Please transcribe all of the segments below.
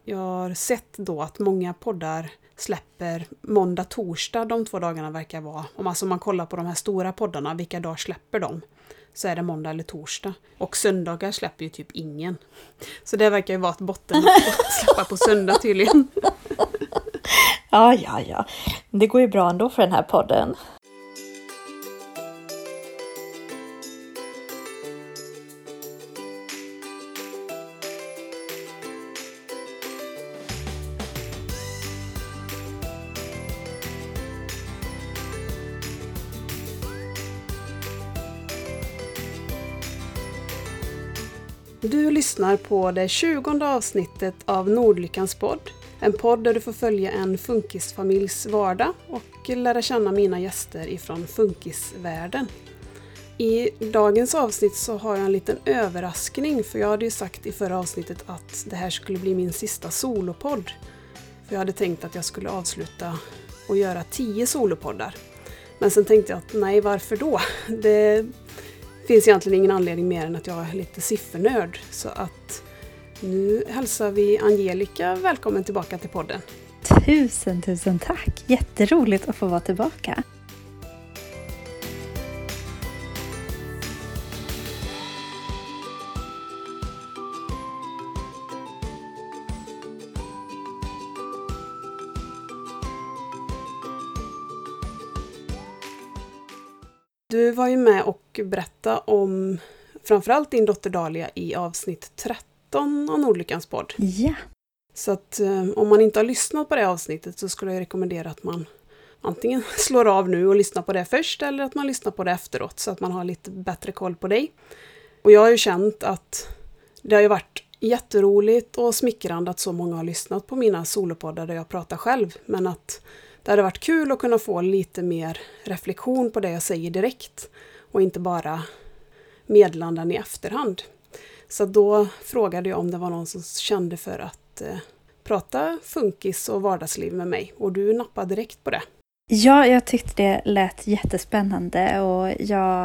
Jag har sett då att många poddar släpper måndag, torsdag, de 2 dagarna verkar vara. Om man kollar på de här stora poddarna, vilka dagar släpper de? Så är det måndag eller torsdag. Och söndagar släpper ju typ ingen. Så det verkar ju vara ett botten att släppa på söndag tydligen. Ja. Det går ju bra ändå för den här podden. Du lyssnar på det 20:e avsnittet av Nordlyckans podd. En podd där du får följa en funkisfamiljs vardag och lära känna mina gäster ifrån funkisvärlden. I dagens avsnitt så har jag en liten överraskning, för jag hade ju sagt i förra avsnittet att det här skulle bli min sista solopodd. För jag hade tänkt att jag skulle avsluta och göra 10 solopoddar. Men sen tänkte jag att nej, varför då? Det finns egentligen ingen anledning mer än att jag är lite siffernörd. Så att nu hälsar vi Angelica välkommen tillbaka till podden. Tusen tack! Jätteroligt att få vara tillbaka. Du var ju med och berättade om framförallt din dotter Dalia i avsnitt 13 av Nordlyckans podd. Ja. Så att om man inte har lyssnat på det avsnittet så skulle jag rekommendera att man antingen slår av nu och lyssnar på det först, eller att man lyssnar på det efteråt så att man har lite bättre koll på dig. Och jag har ju känt att det har ju varit jätteroligt och smickrande att så många har lyssnat på mina solopoddar där jag pratar själv, men att det hade varit kul att kunna få lite mer reflektion på det jag säger direkt och inte bara meddelanden i efterhand. Så då frågade jag om det var någon som kände för att prata funkis och vardagsliv med mig, och du nappade direkt på det. Ja, jag tyckte det lät jättespännande och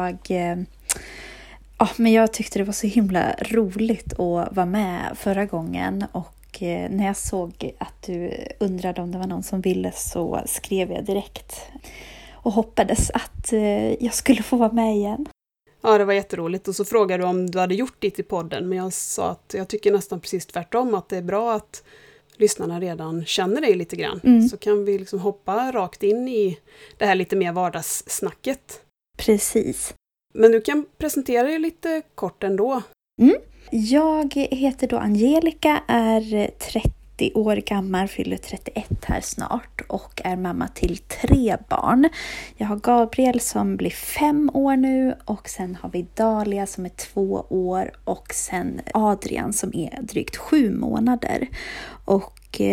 men jag tyckte det var så himla roligt att vara med förra gången, och när jag såg att du undrade om det var någon som ville så skrev jag direkt och hoppades att jag skulle få vara med igen. Ja, det var jätteroligt, och så frågade du om du hade gjort det i podden, men jag sa att jag tycker nästan precis tvärtom, att det är bra att lyssnarna redan känner dig lite grann. Så kan vi liksom hoppa rakt in i det här lite mer vardagssnacket. Precis. Men du kan presentera dig lite kort ändå. Jag heter då Angelica, är 30 år gammal, fyller 31 här snart och är mamma till 3 barn. Jag har Gabriel som blir 5 år nu, och sen har vi Dalia som är 2 år och sen Adrian som är drygt 7 månader. Och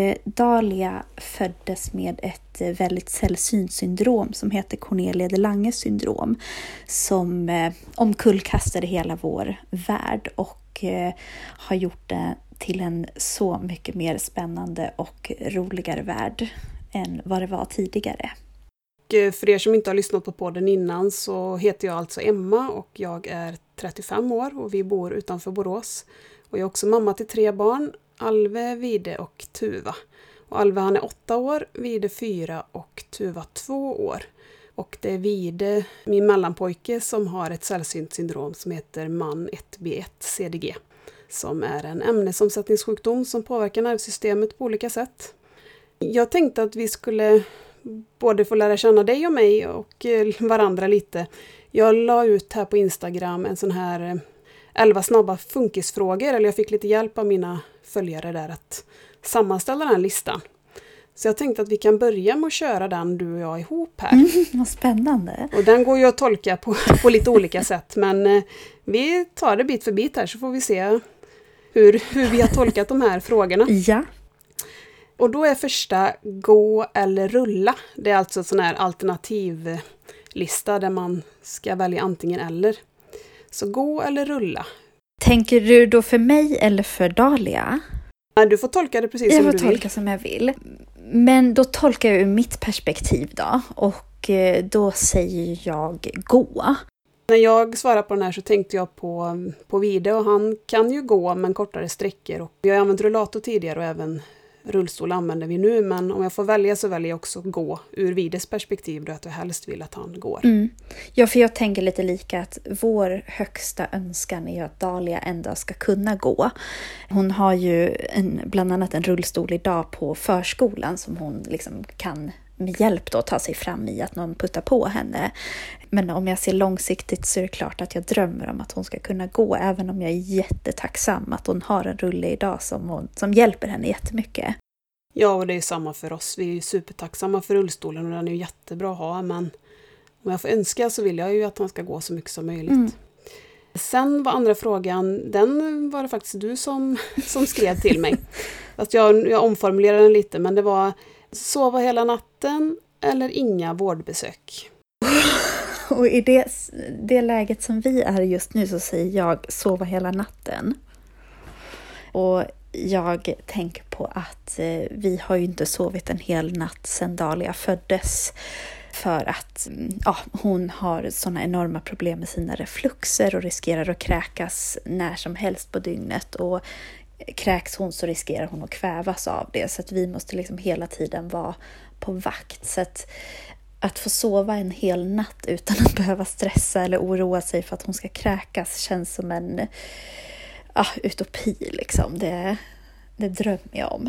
Dalia föddes med ett väldigt sällsynt syndrom som heter Cornelia de Langes syndrom, som omkullkastade hela vår värld och har gjort det till en så mycket mer spännande och roligare värld än vad det var tidigare. För er som inte har lyssnat på podden innan så heter jag alltså Emma och jag är 35 år och vi bor utanför Borås. Och jag är också mamma till 3 barn, Alve, Vide och Tuva. Och Alve han är 8 år, Vide 4 och Tuva 2 år. Och det är Vide, min mellanpojke, som har ett sällsynt syndrom som heter MAN 1B1 CDG. Som är en ämnesomsättningssjukdom som påverkar nervsystemet på olika sätt. Jag tänkte att vi skulle både få lära känna dig och mig och varandra lite. Jag la ut här på Instagram en sån här 11 snabba funkisfrågor, eller jag fick lite hjälp av mina följare där att sammanställa den här listan. Så jag tänkte att vi kan börja med att köra den du och jag ihop här. Vad spännande. Och den går ju att tolka på lite olika sätt, men vi tar det bit för bit här så får vi se hur vi har tolkat de här frågorna. Ja. Och då är första gå eller rulla. Det är alltså en sån här alternativlista där man ska välja antingen eller. Så gå eller rulla. Tänker du då för mig eller för Dalia? Nej, du får tolka det precis som du vill. Jag får tolka som jag vill. Men då tolkar jag ur mitt perspektiv då. Och då säger jag gå. När jag svarade på den här så tänkte jag på Vide, och han kan ju gå men kortare sträckor. Och vi har använt rullator tidigare och även rullstol använder vi nu, men om jag får välja så väljer jag också gå ur Vides perspektiv då, att jag helst vill att han går. Ja, för jag tänker lite lika att vår högsta önskan är att Dahlia ändå ska kunna gå. Hon har ju bland annat en rullstol idag på förskolan som hon liksom kan med hjälp då ta sig fram i, att någon puttar på henne. Men om jag ser långsiktigt så är det klart att jag drömmer om att hon ska kunna gå, även om jag är jättetacksam att hon har en rulle idag som hjälper henne jättemycket. Ja, och det är samma för oss. Vi är ju supertacksamma för rullstolen och den är ju jättebra att ha, men om jag får önska så vill jag ju att han ska gå så mycket som möjligt. Sen var andra frågan, den var det faktiskt du som skrev till mig. Att jag omformulerade den lite, men det var sova hela natten eller inga vårdbesök. Och i det läget som vi är just nu så säger jag sova hela natten. Och jag tänker på att vi har ju inte sovit en hel natt sedan Dahlia föddes. För att hon har såna enorma problem med sina refluxer och riskerar att kräkas när som helst på dygnet. Och kräks hon så riskerar hon att kvävas av det. Så att vi måste liksom hela tiden vara på vakt. Så att få sova en hel natt utan att behöva stressa eller oroa sig för att hon ska kräkas känns som en utopi liksom. Det drömmer jag om.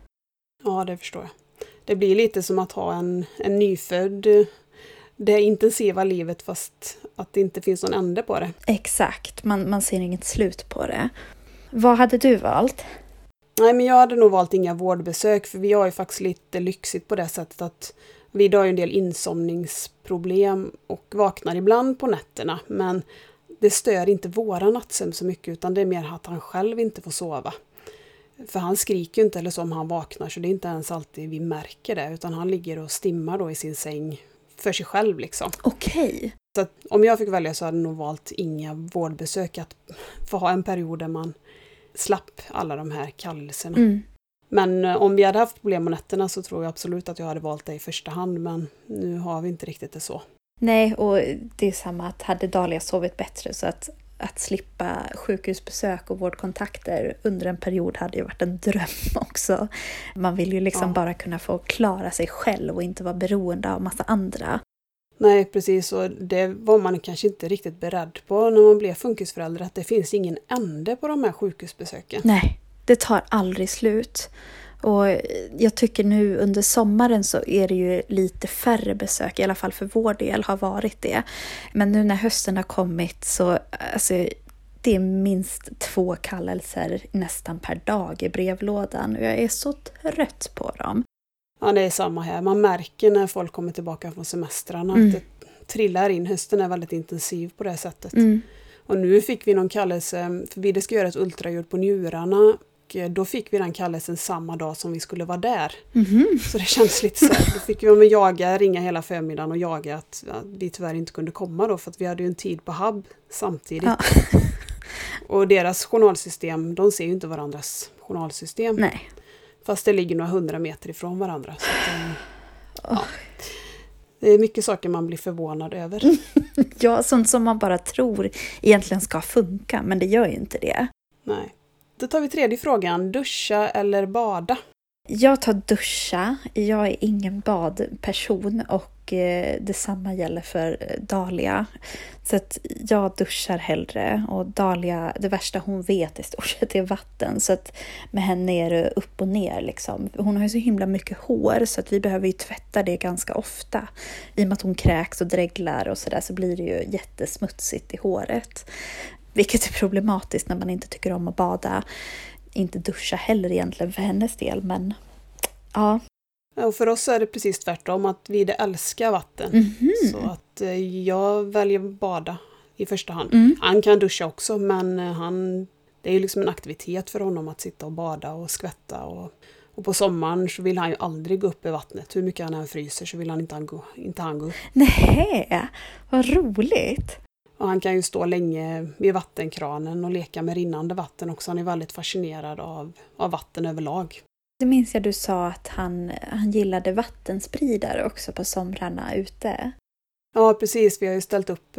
Ja, det förstår jag. Det blir lite som att ha en nyfödd, det intensiva livet fast att det inte finns någon ände på det. Exakt, man ser inget slut på det. Vad hade du valt? Nej, men jag hade nog valt inga vårdbesök, för vi har ju faktiskt lite lyxigt på det sättet att vi har ju en del insomningsproblem och vaknar ibland på nätterna, men det stör inte våra nattsömn så mycket, utan det är mer att han själv inte får sova. För han skriker ju inte eller så om han vaknar, så det är inte ens alltid vi märker det, utan han ligger och stimmar då i sin säng för sig själv liksom. Okej. Så att om jag fick välja så hade jag nog valt inga vårdbesök, att få ha en period där man slapp alla de här kallelserna. Men om vi hade haft problem med nätterna så tror jag absolut att jag hade valt det i första hand, men nu har vi inte riktigt det så. Nej, och det är samma att hade Dahlia sovit bättre så att slippa sjukhusbesök och vårdkontakter under en period hade ju varit en dröm också. Man vill ju liksom bara kunna få klara sig själv och inte vara beroende av massa andra. Nej, precis. Och det var man kanske inte riktigt beredd på när man blev funkisförälder, att det finns ingen ände på de här sjukhusbesöken. Nej, det tar aldrig slut. Och jag tycker nu under sommaren så är det ju lite färre besök, i alla fall för vår del har varit det. Men nu när hösten har kommit så alltså, det är minst 2 kallelser nästan per dag i brevlådan. Och jag är så trött på dem. Ja, det är samma här. Man märker när folk kommer tillbaka från semestrarna att det trillar in. Hösten är väldigt intensiv på det sättet. Och nu fick vi någon kallelse, för vi ska göra ett ultraljud på njurarna. Då fick vi den kallelsen samma dag som vi skulle vara där. Så det känns lite så här. Då fick vi ringa hela förmiddagen och jaga att vi tyvärr inte kunde komma då, för att vi hade ju en tid på hub samtidigt. Ja. Och deras journalsystem, de ser ju inte varandras journalsystem. Nej. Fast det ligger några 100 meter ifrån varandra. Så att, det är mycket saker man blir förvånad över. Ja, sånt som man bara tror egentligen ska funka, men det gör ju inte det. Nej. Då tar vi tredje frågan. Duscha eller bada? Jag tar duscha. Jag är ingen badperson och detsamma gäller för Dahlia. Så att jag duschar hellre. Och Dahlia, det värsta hon vet i stort sett är vatten. Så att med henne är det upp och ner liksom. Hon har ju så himla mycket hår så att vi behöver ju tvätta det ganska ofta. I och med att hon kräks och dreglar och sådär så blir det ju jättesmutsigt i håret. Vilket är problematiskt när man inte tycker om att bada. Inte duscha heller egentligen för hennes del, men ja. Och för oss är det precis tvärtom, att vi älskar vatten. Så att jag väljer bada i första hand. Han kan duscha också, men det är ju liksom en aktivitet för honom att sitta och bada och skvätta. Och på sommaren så vill han ju aldrig gå upp i vattnet. Hur mycket han än fryser så vill han inte gå upp. Nej, vad roligt! Och han kan ju stå länge vid vattenkranen och leka med rinnande vatten också. Han är väldigt fascinerad av vatten överlag. Det minns jag du sa att han gillade vattenspridare också på somrarna ute. Ja, precis. Vi har ju ställt upp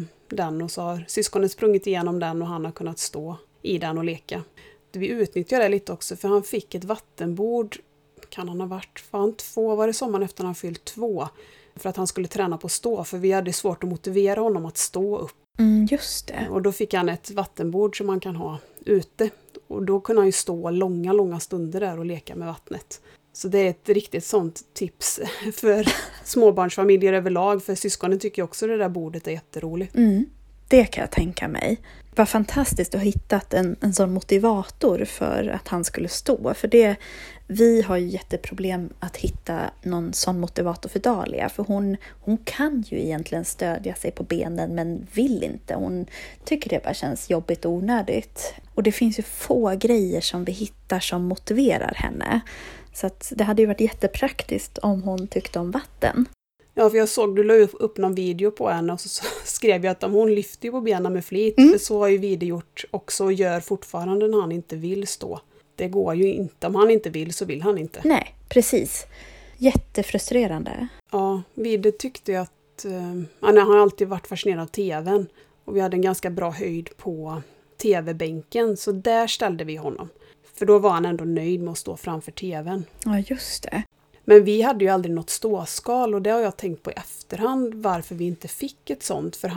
den och så har syskonen sprungit igenom den och han har kunnat stå i den och leka. Vi utnyttjar det lite också för han fick ett vattenbord, kan han ha varit fan 2, var det sommaren efter han fyllt 2, för att han skulle träna på att stå, för vi hade svårt att motivera honom att stå upp. Just det. Och då fick han ett vattenbord som man kan ha ute och då kunde han ju stå långa stunder där och leka med vattnet. Så det är ett riktigt sånt tips för småbarnsfamiljer överlag, för syskonen tycker också det där bordet är jätteroligt. Det kan jag tänka mig. Vad fantastiskt att ha hittat en sån motivator för att han skulle stå. För vi har ju jätteproblem att hitta någon sån motivator för Dahlia. För hon kan ju egentligen stödja sig på benen men vill inte. Hon tycker det bara känns jobbigt och onödigt. Och det finns ju få grejer som vi hittar som motiverar henne. Så att det hade ju varit jättepraktiskt om hon tyckte om vatten. Ja, för jag såg, du la upp någon video på henne och så skrev jag att hon lyfter ju på benen med flit. För så har ju Vide gjort också och gör fortfarande när han inte vill stå. Det går ju inte. Om han inte vill så vill han inte. Nej, precis. Jättefrustrerande. Ja, Vide tyckte ju att han har alltid varit fascinerad av tvn. Och vi hade en ganska bra höjd på tv-bänken. Så där ställde vi honom. För då var han ändå nöjd med att stå framför tvn. Ja, just det. Men vi hade ju aldrig något ståskal och det har jag tänkt på i efterhand varför vi inte fick ett sånt. För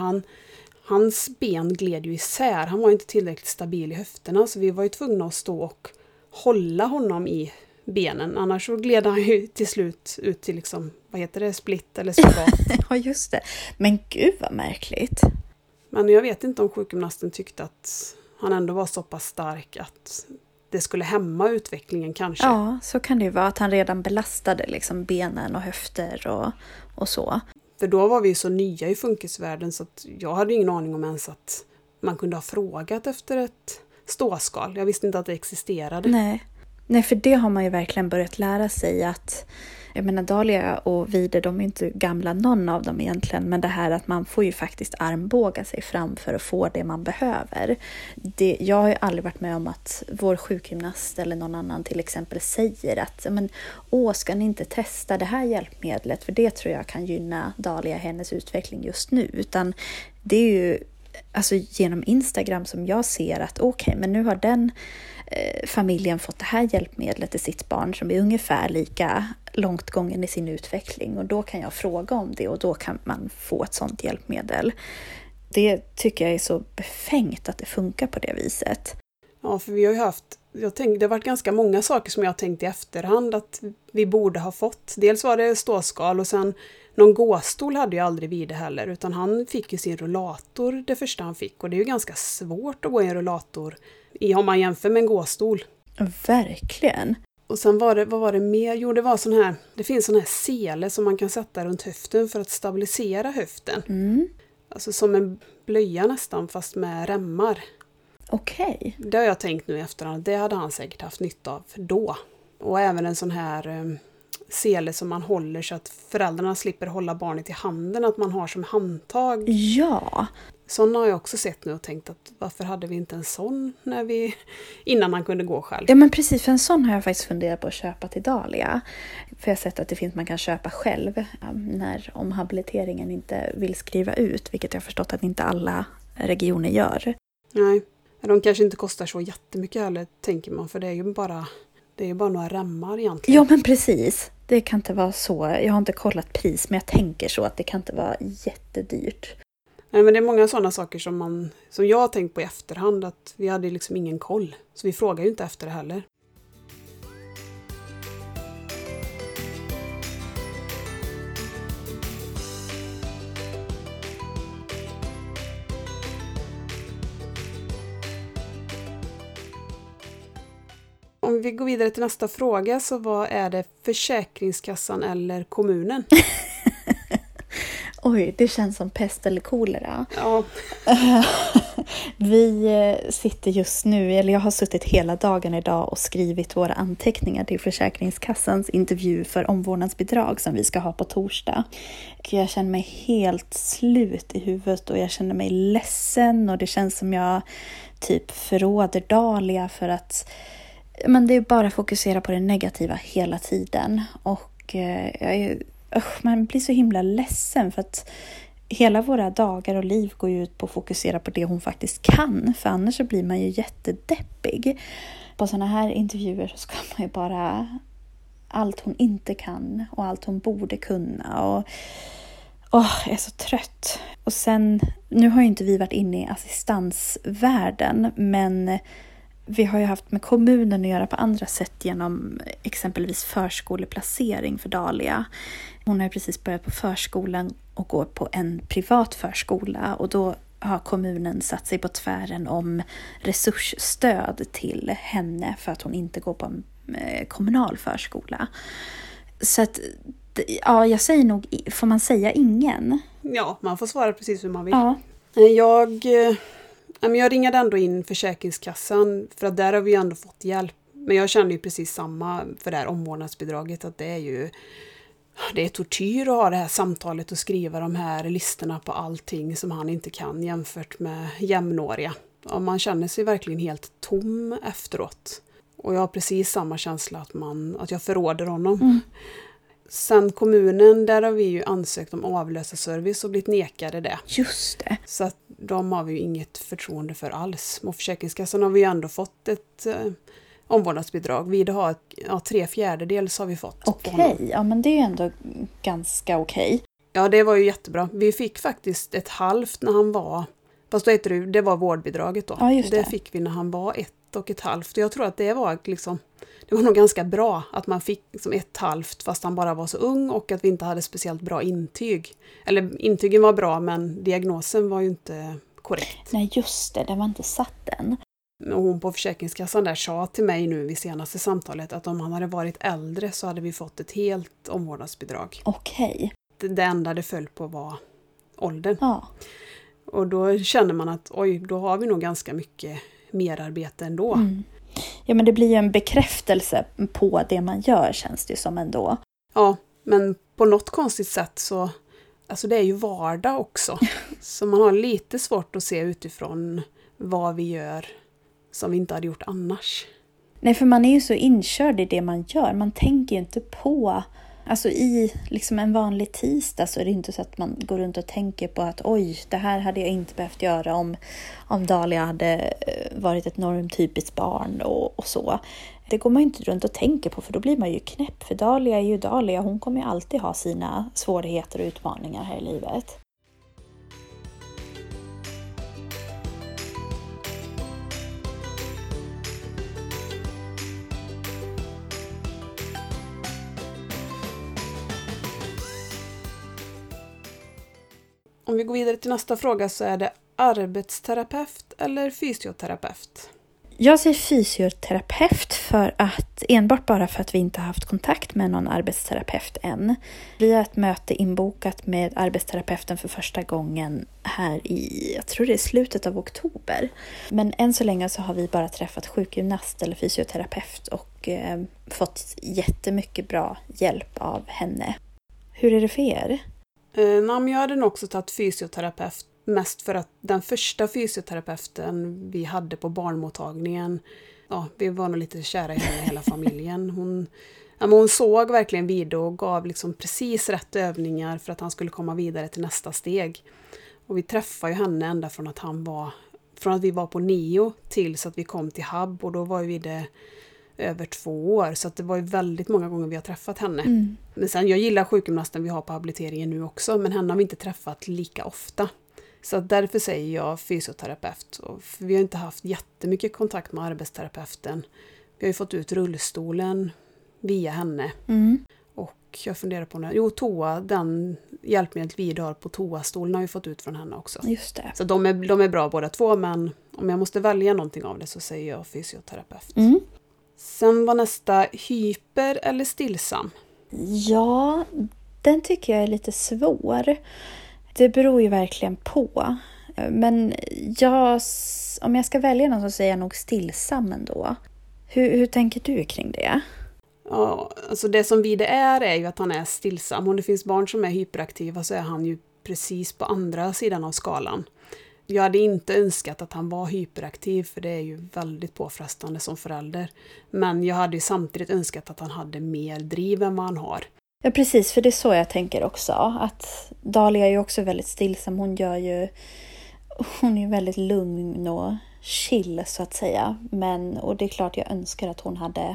hans ben gled ju isär. Han var inte tillräckligt stabil i höfterna så vi var ju tvungna att stå och hålla honom i benen. Annars så gled han ju till slut ut till liksom, vad heter det, split eller spagat. Ja, just det. Men gud vad märkligt. Men jag vet inte om sjukgymnasten tyckte att han ändå var så pass stark att det skulle hämma utvecklingen kanske. Ja, så kan det ju vara att han redan belastade liksom benen och höfter och så. För då var vi så nya i funkisvärlden så att jag hade ingen aning om ens att man kunde ha frågat efter ett ståskal. Jag visste inte att det existerade. Nej, för det har man ju verkligen börjat lära sig att, jag menar Dahlia och Vide, de är inte gamla någon av dem egentligen, men det här att man får ju faktiskt armbåga sig fram för att få det man behöver. Jag har ju aldrig varit med om att vår sjukgymnast eller någon annan till exempel säger att ska ni inte testa det här hjälpmedlet, för det tror jag kan gynna Dahlia hennes utveckling just nu, utan det är ju alltså genom Instagram som jag ser att okej, men nu har den familjen fått det här hjälpmedlet till sitt barn som är ungefär lika långt gången i sin utveckling, och då kan jag fråga om det och då kan man få ett sånt hjälpmedel. Det tycker jag är så befängt att det funkar på det viset. Ja, för vi har ju haft, det har varit ganska många saker som jag har tänkt i efterhand att vi borde ha fått. Dels var det ståskal och sen någon gåstol hade ju aldrig Vide heller, utan han fick ju sin rullator det första han fick, och det är ju ganska svårt att gå i en rullator om man jämför med en gåstol. Verkligen. Och sen vad var det mer? Jo, det var sån här, det finns sån här sele som man kan sätta runt höften för att stabilisera höften. Alltså som en blöja nästan, fast med remmar. Okej. Det har jag tänkt nu i efterhand. Det hade han säkert haft nytta av då. Och även en sån här sele som man håller så att föräldrarna slipper hålla barnet i handen. Att man har som handtag. Ja. Sådana har jag också sett nu och tänkt att varför hade vi inte en sån innan man kunde gå själv? Ja, men precis, för en sån har jag faktiskt funderat på att köpa till Dahlia. För jag har sett att man kan köpa själv när omhabiliteringen inte vill skriva ut, vilket jag har förstått att inte alla regioner gör. Nej, de kanske inte kostar så jättemycket heller, tänker man, för det är ju bara några remmar egentligen. Ja, men precis. Det kan inte vara så. Jag har inte kollat pris, men jag tänker så att det kan inte vara jättedyrt. Nej, men det är många sådana saker som jag har tänkt på i efterhand, att vi hade liksom ingen koll. Så vi frågar ju inte efter det heller. Om vi går vidare till nästa fråga, så vad är det, Försäkringskassan eller kommunen? Oj, det känns som pest eller kolera. Ja. Vi sitter just nu, eller jag har suttit hela dagen idag och skrivit våra anteckningar till Försäkringskassans intervju för omvårdnadsbidrag som vi ska ha på torsdag. Jag känner mig helt slut i huvudet och jag känner mig ledsen, och det känns som jag typ förråder Dahlia för att det är bara att fokusera på det negativa hela tiden. Och man blir så himla ledsen för att hela våra dagar och liv går ju ut på att fokusera på det hon faktiskt kan. För annars så blir man ju jättedeppig. På sådana här intervjuer så ska man ju bara allt hon inte kan och allt hon borde kunna. Och jag är så trött. Och sen, nu har ju inte vi varit inne i assistansvärlden, men vi har ju haft med kommunen att göra på andra sätt genom exempelvis förskoleplacering för Dahlia. Hon har ju precis börjat på förskolan och går på en privat förskola, och då har kommunen satt sig på tvären om resursstöd till henne för att hon inte går på en kommunal förskola. Så att, ja, jag säger nog, får man säga ingen? Ja, man får svara precis hur man vill. Ja. Jag ringade ändå in Försäkringskassan, för att där har vi ändå fått hjälp. Men jag känner ju precis samma för det här omvårdnadsbidraget, att det är tortyr att ha det här samtalet och skriva de här listorna på allting som han inte kan jämfört med jämnåriga. Ja, man känner sig verkligen helt tom efteråt. Och jag har precis samma känsla att jag förråder honom. Mm. Sen kommunen, där har vi ju ansökt om avlösarservice och blivit nekade det. Just det. Så att de har vi ju inget förtroende för alls. Mot Försäkringskassan har vi ju ändå fått ett omvårdnadsbidrag. Vi har 3/4 har vi fått. Okej, ja men det är ju ändå ganska okej. Ja, det var ju jättebra. Vi fick faktiskt 1/2 när han var, fast det var vårdbidraget då. Ja, just det. Det fick vi när han var 1,5. Jag tror att det var nog ganska bra att man fick 1/2 fast han bara var så ung, och att vi inte hade speciellt bra intyg. Eller intygen var bra, men diagnosen var ju inte korrekt. Nej, just det. Den var inte satt än. Och hon på Försäkringskassan där sa till mig nu vid senaste samtalet att om han hade varit äldre så hade vi fått ett helt omvårdnadsbidrag. Okej. Det enda det föll på var åldern. Ja. Och då känner man att då har vi nog ganska mycket merarbete ändå. Mm. Ja, men det blir ju en bekräftelse på det man gör, känns det som ändå. Ja, men på något konstigt sätt så, alltså det är ju vardag också. Så man har lite svårt att se utifrån vad vi gör som vi inte hade gjort annars. Nej, för man är ju så inkörd i det man gör. Man tänker ju inte på, alltså i liksom en vanlig tisdag så är det inte så att man går runt och tänker på att det här hade jag inte behövt göra om Dahlia hade varit ett normtypiskt barn och så. Det går man inte runt och tänker på, för då blir man ju knäpp. För Dahlia är ju Dahlia, hon kommer ju alltid ha sina svårigheter och utmaningar här i livet. Om vi går vidare till nästa fråga så är det arbetsterapeut eller fysioterapeut? Jag säger fysioterapeut enbart bara för att vi inte har haft kontakt med någon arbetsterapeut än. Vi har ett möte inbokat med arbetsterapeuten för första gången här jag tror det är slutet av oktober. Men än så länge så har vi bara träffat sjukgymnast eller fysioterapeut och fått jättemycket bra hjälp av henne. Hur är det för er? Jag hade nog också tagit fysioterapeut, mest för att den första fysioterapeuten vi hade på barnmottagningen, vi var nog lite kära i henne, hela familjen. Hon såg verkligen vid och gav liksom precis rätt övningar för att han skulle komma vidare till nästa steg. Och vi träffade ju henne ända från att vi var på NIO tills att vi kom till HUB, och då var vi det över 2 år, så att det var ju väldigt många gånger vi har träffat henne. Mm. Men sen, jag gillar sjukgymnasten vi har på habiliteringen nu också, men henne har vi inte träffat lika ofta. Så att därför säger jag fysioterapeut. För vi har inte haft jättemycket kontakt med arbetsterapeuten. Vi har ju fått ut rullstolen via henne. Mm. Och jag funderar på den hjälpmedel vi har på toastolen har vi fått ut från henne också. Just det. Så de är bra båda två, men om jag måste välja någonting av det så säger jag fysioterapeut. Mm. Sen var nästa hyper eller stillsam? Ja, den tycker jag är lite svår. Det beror ju verkligen på. Men om jag ska välja någon så säger jag nog stillsam ändå. Hur tänker du kring det? Ja, alltså det som Vide är ju att han är stillsam. Om det finns barn som är hyperaktiva så är han ju precis på andra sidan av skalan. Jag hade inte önskat att han var hyperaktiv, för det är ju väldigt påfrestande som förälder. Men jag hade ju samtidigt önskat att han hade mer driv än vad han har. Ja, precis, för det är så jag tänker också. Att Dahlia är ju också väldigt stillsam. Hon är ju väldigt lugn och chill så att säga. Och det är klart jag önskar att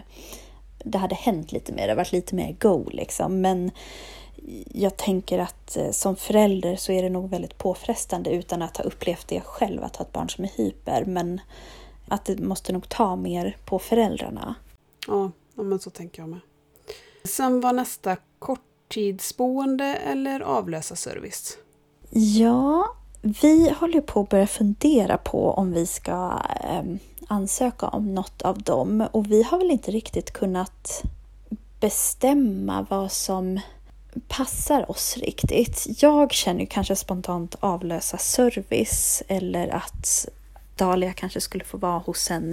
det hade hänt lite mer. Det hade varit lite mer go liksom. Men jag tänker att som förälder så är det nog väldigt påfrestande utan att ha upplevt det själv att ha ett barn som är hyper. Men att det måste nog ta mer på föräldrarna. Ja, men så tänker jag med. Sen var nästa korttidsboende eller avlösarservice? Ja, vi håller på att börja fundera på om vi ska ansöka om något av dem. Och vi har väl inte riktigt kunnat bestämma vad som passar oss riktigt. Jag känner ju kanske spontant avlösarservice eller att Dahlia kanske skulle få vara hos en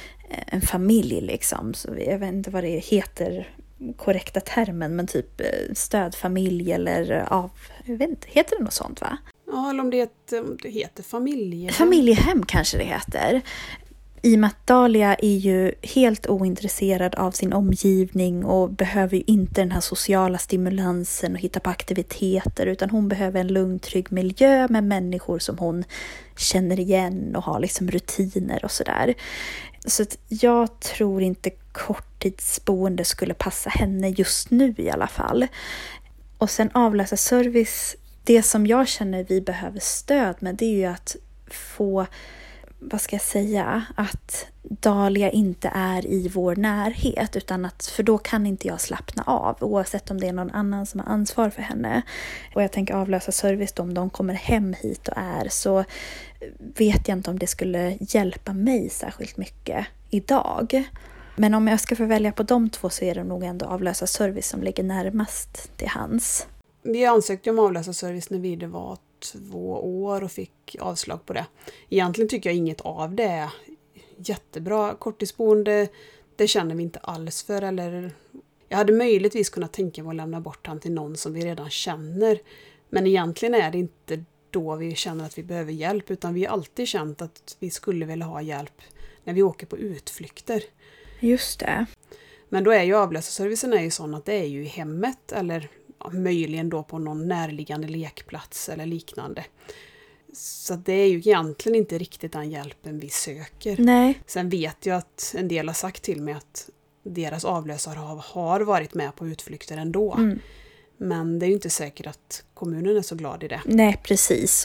familj liksom. Så jag vet inte vad det heter, korrekta termen, men typ stödfamilj eller jag vet inte, heter det något sånt va? Ja, eller om det heter familjehem. Familjehem kanske det heter. I och med att Dahlia är ju helt ointresserad av sin omgivning och behöver ju inte den här sociala stimulansen och hitta på aktiviteter, utan hon behöver en lugn, trygg miljö med människor som hon känner igen och har liksom rutiner och sådär. Så att jag tror inte korttidsboende skulle passa henne just nu i alla fall. Och sen avlösarservice, det som jag känner vi behöver stöd med, det är ju att få, vad ska jag säga, att Dahlia inte är i vår närhet, utan för då kan inte jag slappna av oavsett om det är någon annan som har ansvar för henne. Och jag tänker avlösarservice då, om de kommer hem hit och så vet jag inte om det skulle hjälpa mig särskilt mycket idag. Men om jag ska få välja på de två så är det nog ändå avlösarservice som ligger närmast till hands. Vi ansökte om avlösarservice när vi var 2 år och fick avslag på det. Egentligen tycker jag inget av det är jättebra. Korttidsboende, det känner vi inte alls för. Eller jag hade möjligtvis kunnat tänka mig att lämna bort han till någon som vi redan känner. Men egentligen är det inte då vi känner att vi behöver hjälp, utan vi har alltid känt att vi skulle vilja ha hjälp när vi åker på utflykter. Just det. Men då är ju avlösarservicen är ju sån att det är ju i hemmet eller möjligen då på någon närliggande lekplats eller liknande. Så det är ju egentligen inte riktigt den hjälpen vi söker. Nej. Sen vet jag att en del har sagt till mig att deras avlösare har varit med på utflykter ändå. Mm. Men det är ju inte säkert att kommunen är så glad i det. Nej, precis.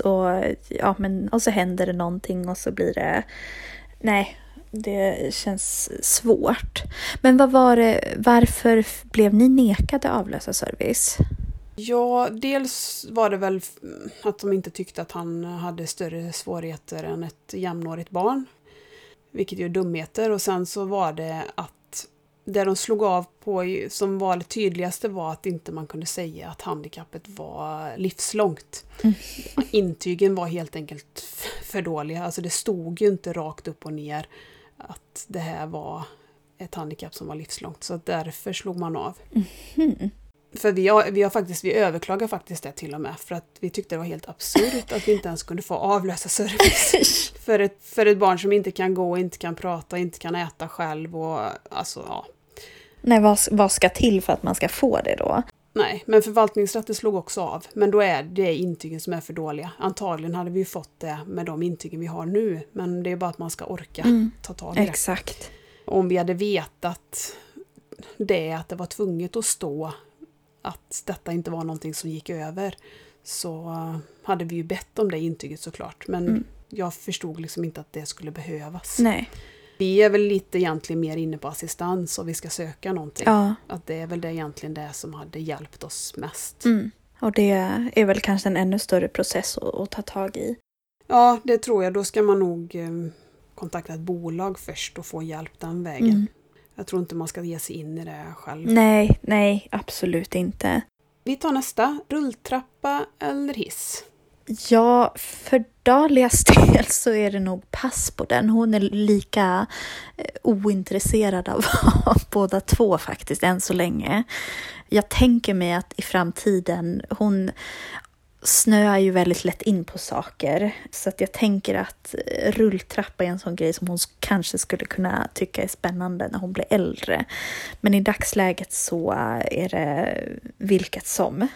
Och så händer det någonting och så blir det... Nej, det känns svårt. Men varför blev ni nekade avlösarservice? Ja, dels var det väl att de inte tyckte att han hade större svårigheter än ett jämnårigt barn. Vilket ju är dumheter. Och sen så var det att det de slog av på som var det tydligaste var att inte man kunde säga att handikappet var livslångt. Mm. Intygen var helt enkelt för dåliga. Alltså det stod ju inte rakt upp och ner att det här var ett handikapp som var livslångt. Så därför slog man av. Mm. För vi överklagade faktiskt det till och med. För att vi tyckte det var helt absurt att vi inte ens kunde få avlösa service. för ett barn som inte kan gå, inte kan prata, inte kan äta själv. Och, alltså, ja. Nej, vad ska till för att man ska få det då? Nej, men förvaltningsrätten slog också av. Men då är det intygen som är för dåliga. Antagligen hade vi fått det med de intygen vi har nu. Men det är bara att man ska orka ta tag i det. Exakt. Om vi hade vetat att det var tvunget att stå att detta inte var någonting som gick över, så hade vi ju bett om det intyget såklart. Men jag förstod liksom inte att det skulle behövas. Nej. Vi är väl lite egentligen mer inne på assistans och vi ska söka någonting. Ja. Att det är väl det egentligen det som hade hjälpt oss mest. Mm. Och det är väl kanske en ännu större process att ta tag i. Ja, det tror jag. Då ska man nog kontakta ett bolag först och få hjälp den vägen. Mm. Jag tror inte man ska ge sig in i det själv. Nej, absolut inte. Vi tar nästa. Rulltrappa eller hiss? Ja, för Dahlias del så är det nog pass på den. Hon är lika ointresserad av båda två faktiskt än så länge. Jag tänker mig att i framtiden snöar ju väldigt lätt in på saker. Så att jag tänker att rulltrappa är en sån grej som hon kanske skulle kunna tycka är spännande när hon blir äldre. Men i dagsläget så är det vilket som.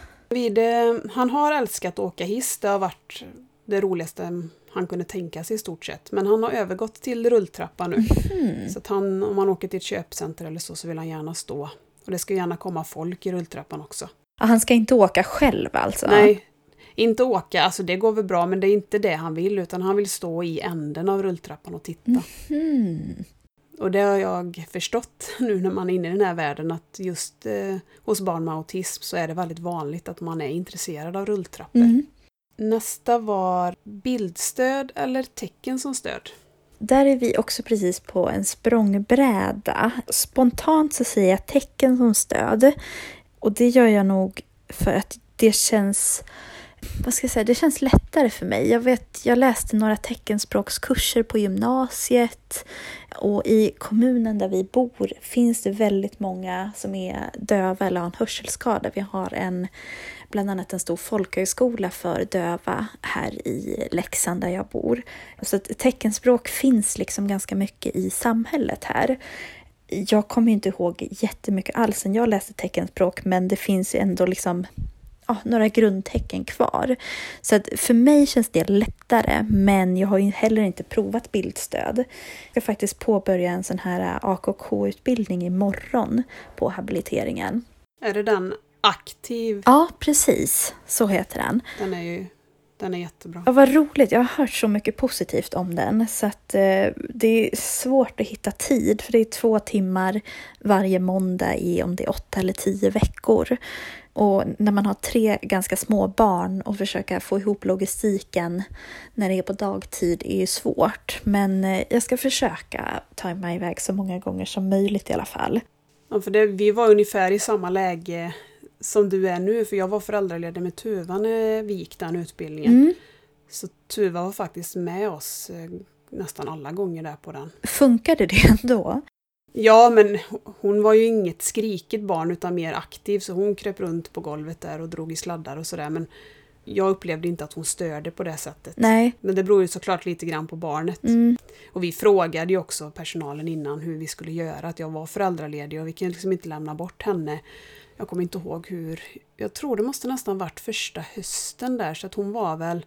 Han har älskat att åka hiss. Det har varit det roligaste han kunde tänka sig i stort sett. Men han har övergått till rulltrappa nu. Så att om han åker till ett köpcenter eller så vill han gärna stå. Och det ska gärna komma folk i rulltrappan också. Han ska inte åka själv alltså? Nej, inte åka. Alltså det går väl bra, men det är inte det han vill. Utan han vill stå i änden av rulltrappan och titta. Och det har jag förstått nu när man är inne i den här världen. Att just hos barn med autism så är det väldigt vanligt att man är intresserad av rulltrappor. Nästa var bildstöd eller tecken som stöd. Där är vi också precis på en språngbräda. Spontant så säger jag tecken som stöd. Och det gör jag nog för att det känns, det känns lättare för mig. Jag läste några teckenspråkskurser på gymnasiet. Och i kommunen där vi bor finns det väldigt många som är döva eller har en hörselskada. Vi har bland annat en stor folkhögskola för döva här i Leksand där jag bor. Så att teckenspråk finns liksom ganska mycket i samhället här. Jag kommer inte ihåg jättemycket alls när jag läste teckenspråk, men det finns ändå liksom några grundtecken kvar. Så att för mig känns det lättare, men jag har ju heller inte provat bildstöd. Jag ska faktiskt påbörja en sån här AKK-utbildning imorgon på habiliteringen. Är det den aktiv? Ja, precis. Så heter den. Den är jättebra. Ja, vad roligt. Jag har hört så mycket positivt om den. Så att det är svårt att hitta tid. För det är 2 timmar varje måndag i om det är 8 eller 10 veckor. Och när man har 3 ganska små barn och försöka få ihop logistiken när det är på dagtid är ju svårt. Men jag ska försöka ta mig iväg så många gånger som möjligt i alla fall. Ja, för vi var ungefär i samma läge som du är nu, för jag var föräldraledig med Tuva när vi gick den utbildningen. Så Tuva var faktiskt med oss nästan alla gånger där på den. Funkade det ändå? Ja, men hon var ju inget skrikigt barn utan mer aktiv, så hon kröp runt på golvet där och drog i sladdar och sådär, men jag upplevde inte att hon störde på det sättet. Nej. Men det beror ju såklart lite grann på barnet. Och vi frågade ju också personalen innan hur vi skulle göra, att jag var föräldraledig och vi kan liksom inte lämna bort henne. Jag kommer inte ihåg jag tror det måste nästan varit första hösten där, så att hon var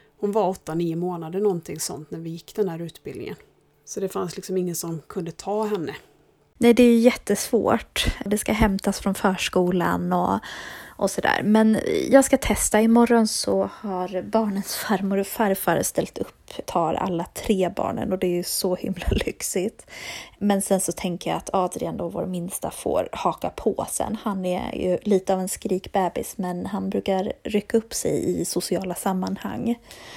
8-9 månader någonting sånt när vi gick den här utbildningen. Så det fanns liksom ingen som kunde ta henne. Nej, det är ju jättesvårt. Det ska hämtas från förskolan och sådär. Men jag ska testa. Imorgon så har barnens farmor och farfar ställt upp. Tar alla 3 barnen och det är ju så himla lyxigt. Men sen så tänker jag att Adrian då, vår minsta, får haka på sen. Han är ju lite av en skrikbebis, men han brukar rycka upp sig i sociala sammanhang.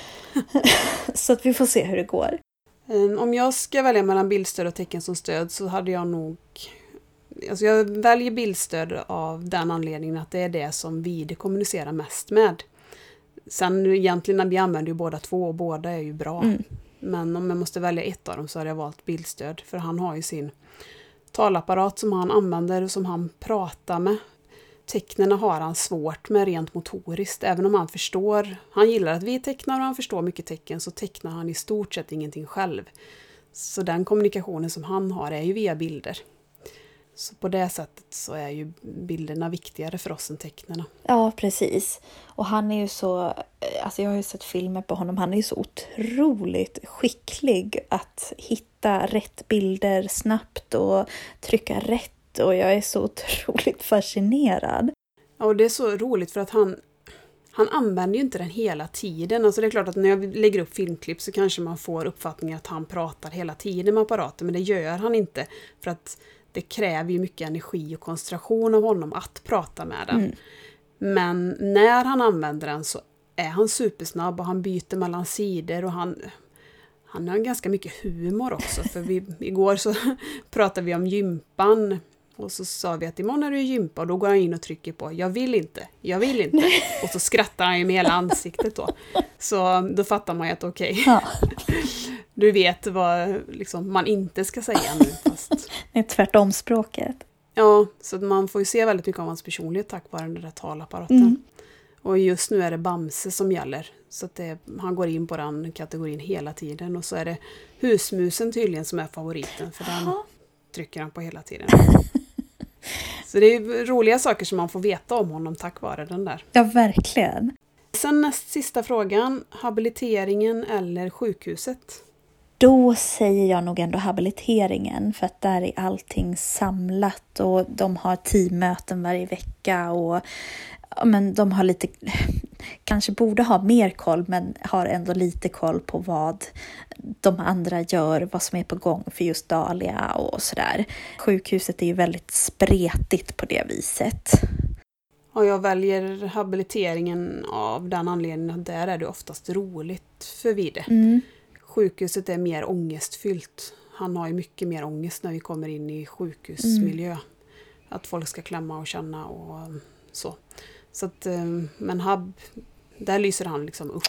Så att vi får se hur det går. Om jag ska välja mellan bildstöd och tecken som stöd så hade jag nog... Alltså jag väljer bildstöd av den anledningen att det är det som vi kommunicerar mest med. Sen egentligen vi använder ju båda 2 och båda är ju bra. Men om jag måste välja ett av dem så har jag valt bildstöd. För han har ju sin talapparat som han använder och som han pratar med. Tecknarna har han svårt med rent motoriskt. Även om han gillar att vi tecknar och han förstår mycket tecken, så tecknar han i stort sett ingenting själv. Så den kommunikationen som han har är ju via bilder. Så på det sättet så är ju bilderna viktigare för oss än tecknarna. Ja, precis. Och han är ju så, alltså jag har ju sett filmer på honom, han är ju så otroligt skicklig att hitta rätt bilder snabbt och trycka rätt. Och jag är så otroligt fascinerad. Ja, och det är så roligt för att han använder ju inte den hela tiden. Alltså det är klart att när jag lägger upp filmklipp så kanske man får uppfattningen att han pratar hela tiden med apparaten. Men det gör han inte, för att det kräver ju mycket energi och koncentration av honom att prata med den. Men när han använder den så är han supersnabb och han byter mellan sidor och han har ganska mycket humor också. För igår så pratade vi om gympan. Och så sa vi att imorgon är det gympa, och då går han in och trycker på jag vill inte. Och så skrattar han ju med hela ansiktet då. Så då fattar man ju att okej. Ja. Du vet vad liksom, man inte ska säga nu. Fast... Det är tvärtom språket. Ja, så man får ju se väldigt mycket av hans personlighet tack vare den där talapparaten. Och just nu är det Bamse som gäller. Så att han går in på den kategorin hela tiden. Och så är det husmusen tydligen som är favoriten. För den trycker han på hela tiden. Så det är roliga saker som man får veta om honom tack vare den där. Ja, verkligen. Sen näst sista frågan. Habiliteringen eller sjukhuset? Då säger jag nog ändå habiliteringen, för att där är allting samlat och de har teammöten varje vecka och men de har lite, kanske borde ha mer koll, men har ändå lite koll på vad de andra gör, vad som är på gång för just Dahlia och sådär. Sjukhuset är ju väldigt spretigt på det viset. Och jag väljer habiliteringen av den anledningen att där är det oftast roligt för Vide. Sjukhuset är mer ångestfyllt. Han har ju mycket mer ångest när vi kommer in i sjukhusmiljö. Att folk ska klämma och känna och så. Så att, men där lyser han liksom upp.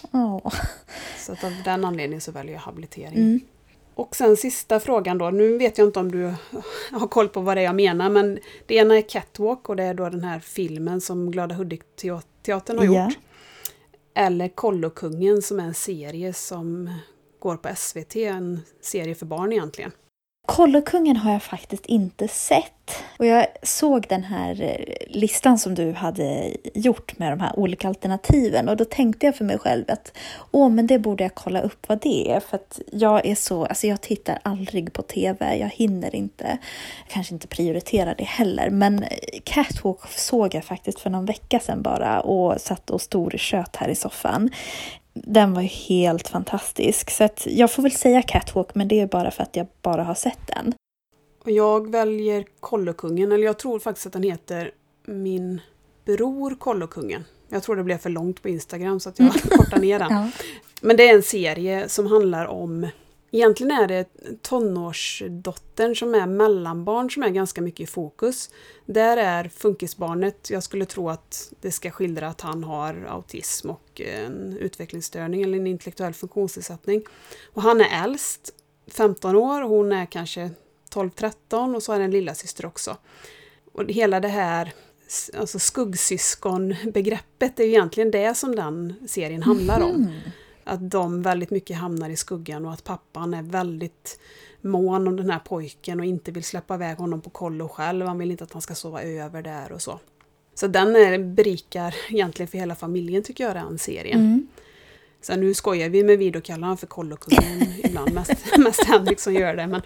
Så att av den anledningen så väljer jag habilitering. Och sen sista frågan då. Nu vet jag inte om du har koll på vad det är jag menar. Men det ena är Catwalk och det är då den här filmen som Glada Hudik-teatern har gjort. Eller Kollokungen som är en serie som går på SVT. En serie för barn egentligen. Kollokungen har jag faktiskt inte sett. Och jag såg den här listan som du hade gjort med de här olika alternativen. Och då tänkte jag för mig själv att men det borde jag kolla upp vad det är. För att jag tittar aldrig på tv. Jag hinner inte. Kanske inte prioritera det heller. Men Catwalk såg jag faktiskt för någon vecka sedan bara. Och satt och storkött här i soffan. Den var ju helt fantastisk. Så att jag får väl säga Catwalk, men det är bara för att jag bara har sett den. Och jag väljer Kollokungen, eller jag tror faktiskt att den heter Min bror Kollokungen. Jag tror det blev för långt på Instagram så att jag kortar ner den. Ja. Men det är en serie som handlar om, egentligen är det tonårsdottern som är mellanbarn som är ganska mycket i fokus. Där är funkisbarnet, jag skulle tro att det ska skildra att han har autism och en utvecklingsstörning eller en intellektuell funktionsnedsättning. Och han är äldst, 15 år, och hon är kanske 12-13 och så är det en lilla syster också. Och hela det här alltså skuggsyskonbegreppet är ju egentligen det som den serien handlar om. Att de väldigt mycket hamnar i skuggan och att pappan är väldigt mån om den här pojken och inte vill släppa iväg honom på kollo själv. Han vill inte att han ska sova över där och så. Så den berikar egentligen för hela familjen tycker jag den serien. Sen nu skojar vi med vid och kallar han för Kollokungen ibland. Mest Henrik som gör det. Men...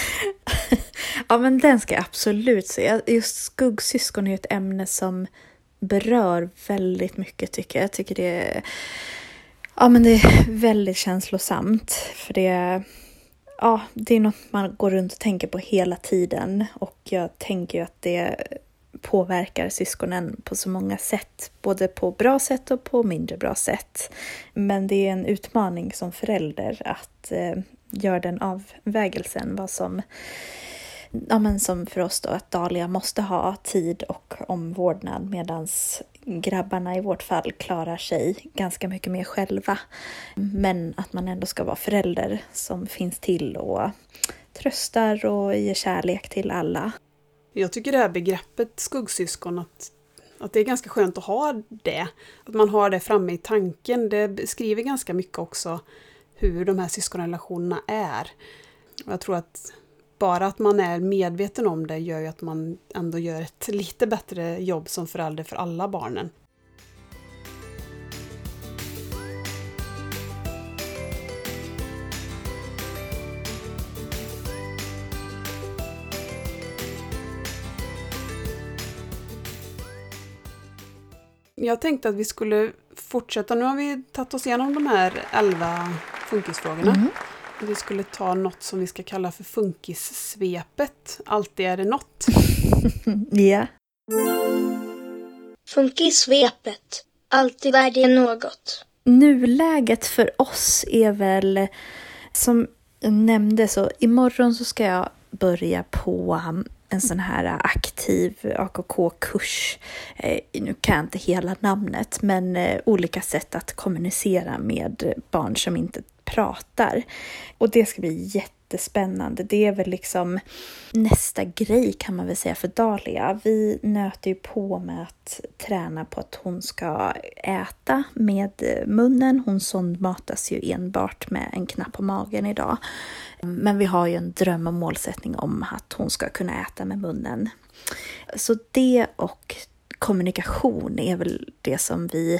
Ja, men den ska jag absolut se. Just skuggsyskon är ett ämne som berör väldigt mycket tycker jag. Jag tycker det är... Ja, men det är väldigt känslosamt. För det är något man går runt och tänker på hela tiden. Och jag tänker ju att det påverkar syskonen på så många sätt. Både på bra sätt och på mindre bra sätt. Men det är en utmaning som förälder att göra den avvägelsen. Vad som... Ja, men som för oss då, att Dahlia måste ha tid och omvårdnad medan grabbarna i vårt fall klarar sig ganska mycket mer själva. Men att man ändå ska vara förälder som finns till och tröstar och ger kärlek till alla. Jag tycker det här begreppet skuggsyskon att det är ganska skönt att ha det. Att man har det framme i tanken. Det beskriver ganska mycket också hur de här syskonrelationerna är. Och jag tror att bara att man är medveten om det gör ju att man ändå gör ett lite bättre jobb som förälder för alla barnen. Jag tänkte att vi skulle fortsätta. Nu har vi tagit oss igenom de här 11 funkisfrågorna. Vi skulle ta något som vi ska kalla för funkissvepet. Alltid är det något. Ja. Funkissvepet. Alltid är det något. Nuläget för oss är väl, som jag nämnde, så imorgon så ska jag börja på en sån här aktiv AKK-kurs. Nu kan jag inte hela namnet, men olika sätt att kommunicera med barn som inte pratar. Och det ska bli jättespännande. Det är väl liksom nästa grej kan man väl säga för Dahlia. Vi nöter ju på med att träna på att hon ska äta med munnen. Hon sondmatas ju enbart med en knapp på magen idag. Men vi har ju en dröm och målsättning om att hon ska kunna äta med munnen. Så det och kommunikation är väl det som vi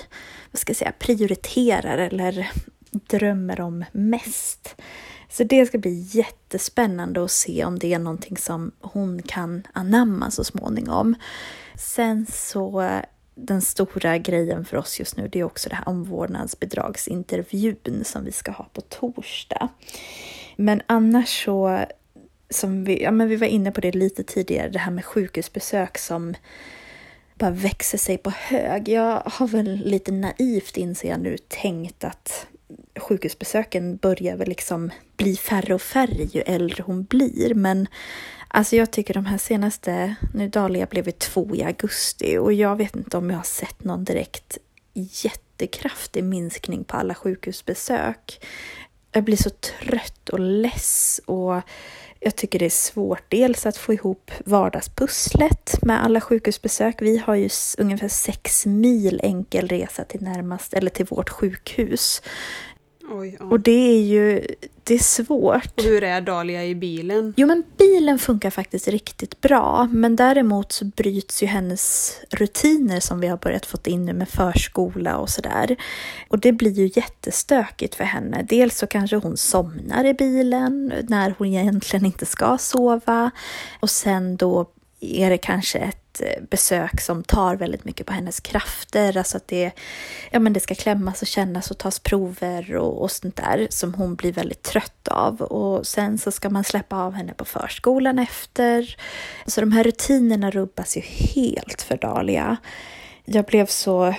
prioriterar eller drömmer om mest. Så det ska bli jättespännande att se om det är någonting som hon kan anamma så småningom. Sen så den stora grejen för oss just nu, det är också det här omvårdnadsbidragsintervjun som vi ska ha på torsdag. Men annars så, som vi var inne på det lite tidigare, det här med sjukhusbesök som bara växer sig på hög. Jag har väl lite naivt inser jag nu tänkt att sjukhusbesöken börjar väl liksom bli färre och färre ju äldre hon blir. Men alltså jag tycker de här senaste, nu Dahlia blev 2 i augusti och jag vet inte om jag har sett någon direkt jättekraftig minskning på alla sjukhusbesök. Jag blir så trött och less och jag tycker det är svårt dels att få ihop vardagspusslet med alla sjukhusbesök. Vi har ju ungefär 6 mil enkel resa till vårt sjukhus. Oj, ja. Och det är svårt. Och hur är Dahlia i bilen? Jo, men bilen funkar faktiskt riktigt bra. Men däremot så bryts ju hennes rutiner som vi har börjat fått in nu med förskola och sådär. Och det blir ju jättestökigt för henne. Dels så kanske hon somnar i bilen när hon egentligen inte ska sova. Och sen då är det kanske ett besök som tar väldigt mycket på hennes krafter. Alltså att det ska klämmas och kännas och tas prover och sånt där som hon blir väldigt trött av. Och sen så ska man släppa av henne på förskolan efter. Så de här rutinerna rubbas ju helt för Dahlia. Jag blev så,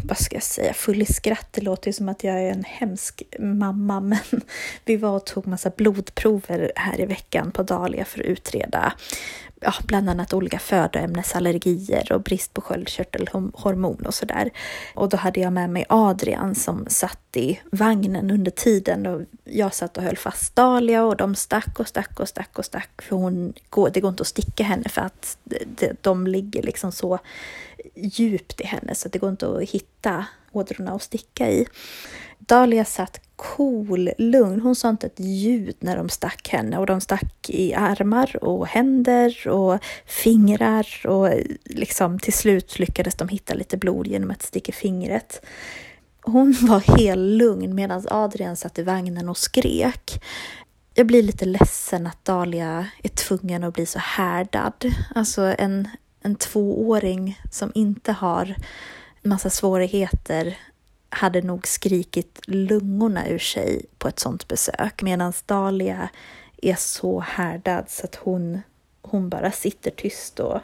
full i skratt. Det låter ju som att jag är en hemsk mamma. Men vi var och tog massa blodprover här i veckan på Dahlia för att utreda bland annat olika födoämnesallergier och brist på sköldkörtelhormon och sådär. Och då hade jag med mig Adrian som satt i vagnen under tiden och jag satt och höll fast Dahlia och de stack. För det går inte att sticka henne för att de ligger liksom så djupt i henne så att det går inte att hitta ådrorna att sticka i. Dahlia satt lugn. Hon sa inte ett ljud när de stack henne. Och de stack i armar och händer och fingrar. Och liksom till slut lyckades de hitta lite blod genom att sticka fingret. Hon var helt lugn medan Adrian satt i vagnen och skrek. Jag blir lite ledsen att Dahlia är tvungen att bli så härdad. Alltså en 2-åring som inte har massa svårigheter hade nog skrikit lungorna ur sig på ett sånt besök. Medan Dahlia är så härdad så att hon bara sitter tyst och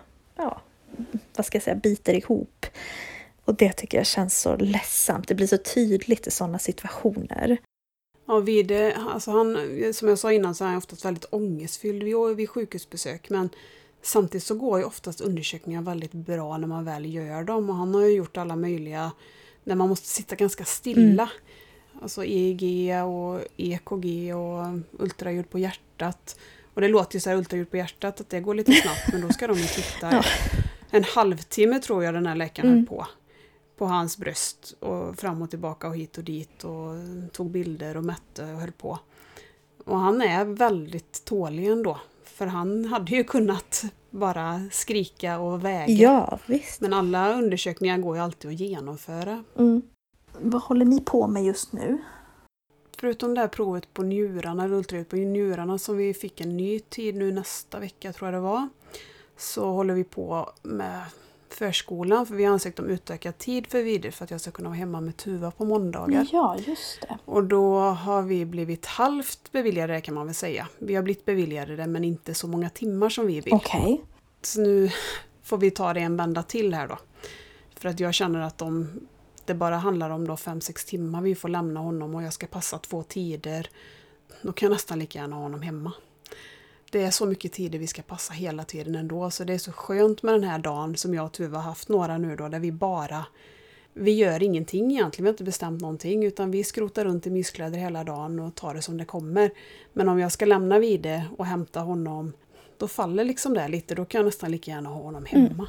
biter ihop. Och det tycker jag känns så ledsamt. Det blir så tydligt i sådana situationer. Ja, som jag sa innan så är han oftast väldigt ångestfylld vid sjukhusbesök. Men samtidigt så går ju oftast undersökningar väldigt bra när man väl gör dem. Och han har ju gjort alla möjliga när man måste sitta ganska stilla. Alltså EEG och EKG och ultraljud på hjärtat. Och det låter ju så här ultraljud på hjärtat att det går lite snabbt. Men då ska de ju titta en halvtimme tror jag den här läkaren höll på hans bröst. Och fram och tillbaka och hit och dit. Och tog bilder och mätte och höll på. Och han är väldigt tålig ändå. För han hade ju kunnat bara skrika och väga. Ja, visst. Men alla undersökningar går ju alltid att genomföra. Vad håller ni på med just nu? Förutom det här provet på njurarna, eller ultraljud på njurarna som vi fick en ny tid nu nästa vecka tror jag det var. Så håller vi på med förskolan för vi har ansökt om utökad tid för vidare för att jag ska kunna vara hemma med Tuva på måndagar. Ja, just det. Och då har vi blivit halvt beviljade kan man väl säga. Vi har blivit beviljade det men inte så många timmar som vi vill. Okej. Så nu får vi ta det en vända till här då. För att jag känner att det bara handlar om 5-6 timmar vi får lämna honom och jag ska passa 2 tider. Då kan jag nästan lika gärna ha honom hemma. Det är så mycket tider vi ska passa hela tiden ändå. Så det är så skönt med den här dagen som jag och Tuva har haft några nu då. Där vi bara Vi gör ingenting egentligen, vi har inte bestämt någonting, utan vi skrotar runt i myskläder hela dagen och tar det som det kommer. Men om jag ska lämna Vide och hämta honom, då faller liksom det lite, då kan jag nästan lika gärna ha honom hemma.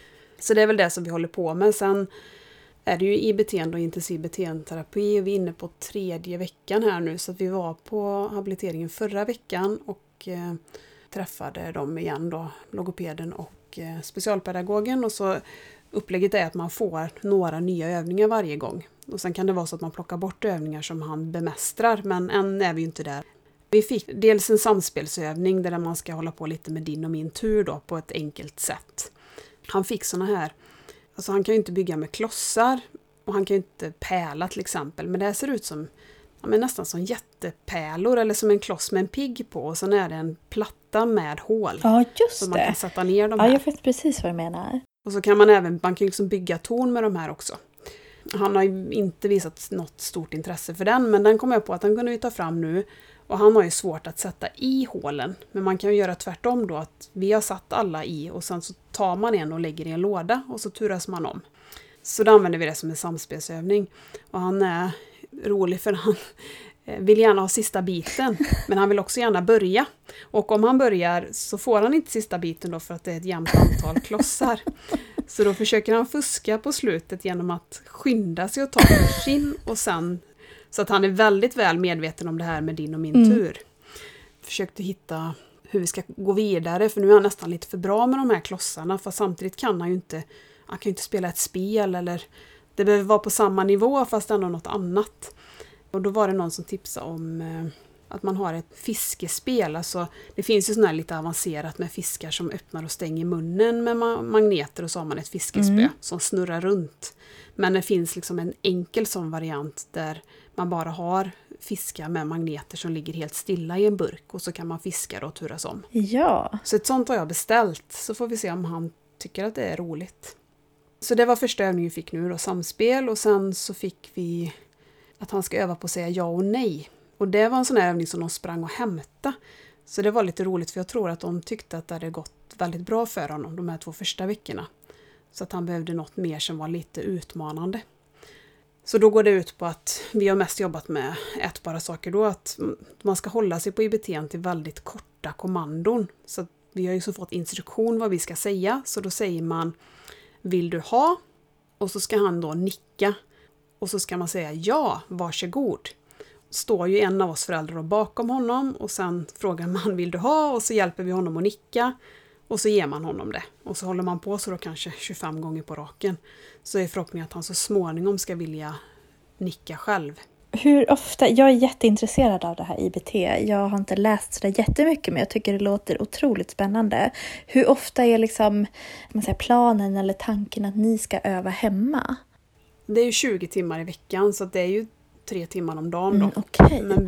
Så det är väl det som vi håller på med. Sen är det ju IBT och intensiv beteendeterapi, och vi är inne på 3:e veckan här nu, så att vi var på habiliteringen förra veckan och träffade dem igen då, logopeden och specialpedagogen, och så upplägget är att man får några nya övningar varje gång. Och sen kan det vara så att man plockar bort övningar som han bemästrar, men än är vi ju inte där. Vi fick dels en samspelsövning där man ska hålla på lite med din och min tur då, på ett enkelt sätt. Han fick såna här, alltså han kan ju inte bygga med klossar och han kan ju inte pärla till exempel, men det här ser ut som nästan som jättepärlor eller som en kloss med en pigg på, och sen är det en platta med hål. Ja, just så det. man kan sätta ner dem här. Ja, jag vet precis vad du menar. Och så kan man kan liksom bygga torn med de här också. Han har ju inte visat något stort intresse för den, men den kommer jag på att den kunde vi ta fram nu. Och han har ju svårt att sätta i hålen. Men man kan ju göra tvärtom då, att vi har satt alla i och sen så tar man en och lägger i en låda och så turas man om. Så då använder vi det som en samspelsövning. Och han är rolig för han vill gärna ha sista biten, men han vill också gärna börja. Och om han börjar så får han inte sista biten då, för att det är ett jämnt antal klossar. Så då försöker han fuska på slutet genom att skynda sig och ta sin och sen, så att han är väldigt väl medveten om det här med din och min tur. Försökte hitta hur vi ska gå vidare, för nu är han nästan lite för bra med de här klossarna, för samtidigt kan han ju inte spela ett spel, eller det behöver vara på samma nivå fast ändå något annat. Och då var det någon som tipsade om att man har ett fiskespel. Alltså, det finns ju sådana här lite avancerat med fiskar som öppnar och stänger munnen med magneter, och så har man ett fiskespö som snurrar runt. Men det finns liksom en enkel sån variant där man bara har fiskar med magneter som ligger helt stilla i en burk, och så kan man fiska och turas om. Ja. Så ett sånt har jag beställt, så får vi se om han tycker att det är roligt. Så det var första övningen vi fick nu då, samspel, och sen så fick vi att han ska öva på att säga ja och nej. Och det var en sån här övning som de sprang och hämtade. Så det var lite roligt, för jag tror att de tyckte att det hade gått väldigt bra för honom de här 2 första veckorna. Så att han behövde något mer som var lite utmanande. Så då går det ut på att vi har mest jobbat med ätbara saker då, att man ska hålla sig på IBT till väldigt korta kommandon. Så att vi har ju så fått instruktion vad vi ska säga, så då säger man vill du ha? Och så ska han då nicka. Och så ska man säga ja, varsågod. Står ju en av oss föräldrar bakom honom, och sen frågar man vill du ha? Och så hjälper vi honom att nicka. Och så ger man honom det. Och så håller man på så då kanske 25 gånger på raken. Så är förhoppningen att han så småningom ska vilja nicka själv. Hur ofta, jag är jätteintresserad av det här IBT. Jag har inte läst så jättemycket, men jag tycker det låter otroligt spännande. Hur ofta är liksom, planen eller tanken att ni ska öva hemma? Det är ju 20 timmar i veckan, så det är ju 3 timmar om dagen då. Okay. Men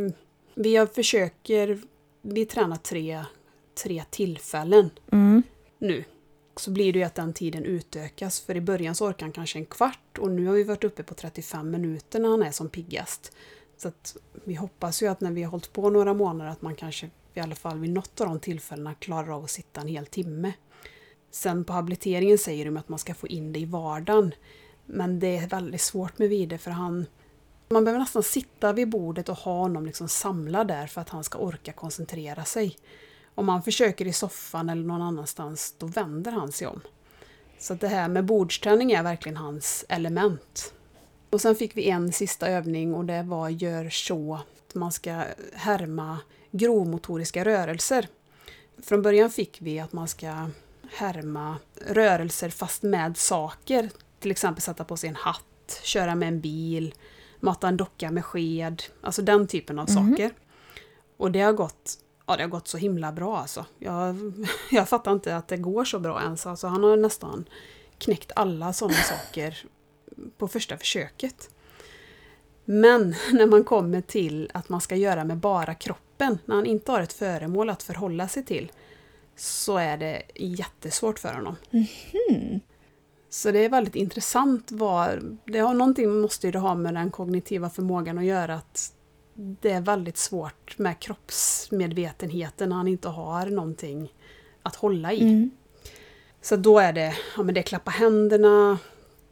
vi tränar 3 tillfällen nu. Så blir det ju att den tiden utökas, för i början så orkar han kanske en kvart, och nu har vi varit uppe på 35 minuter när han är som piggast. Så att vi hoppas ju att när vi har hållit på några månader att man kanske i alla fall vid något av de tillfällena klarar av att sitta en hel timme. Sen på habiliteringen säger de att man ska få in det i vardagen. Men det är väldigt svårt med Vide, för man behöver nästan sitta vid bordet och ha honom liksom samlad där för att han ska orka koncentrera sig. Om man försöker i soffan eller någon annanstans, då vänder han sig om. Så det här med bordsträning är verkligen hans element. Och sen fick vi en sista övning, och det var gör så att man ska härma grovmotoriska rörelser. Från början fick vi att man ska härma rörelser fast med saker. Till exempel sätta på sig en hatt, köra med en bil, mata en docka med sked. Alltså den typen av saker. Och det har gått så himla bra alltså. Jag fattar inte att det går så bra ens. Alltså, han har nästan knäckt alla sådana saker på första försöket. Men när man kommer till att man ska göra med bara kroppen, när han inte har ett föremål att förhålla sig till, så är det jättesvårt för honom. Så det är väldigt intressant. Någonting måste det ha med den kognitiva förmågan att göra, att det är väldigt svårt med kroppsmedvetenheten när han inte har någonting att hålla i. Så då är det, det klappa händerna,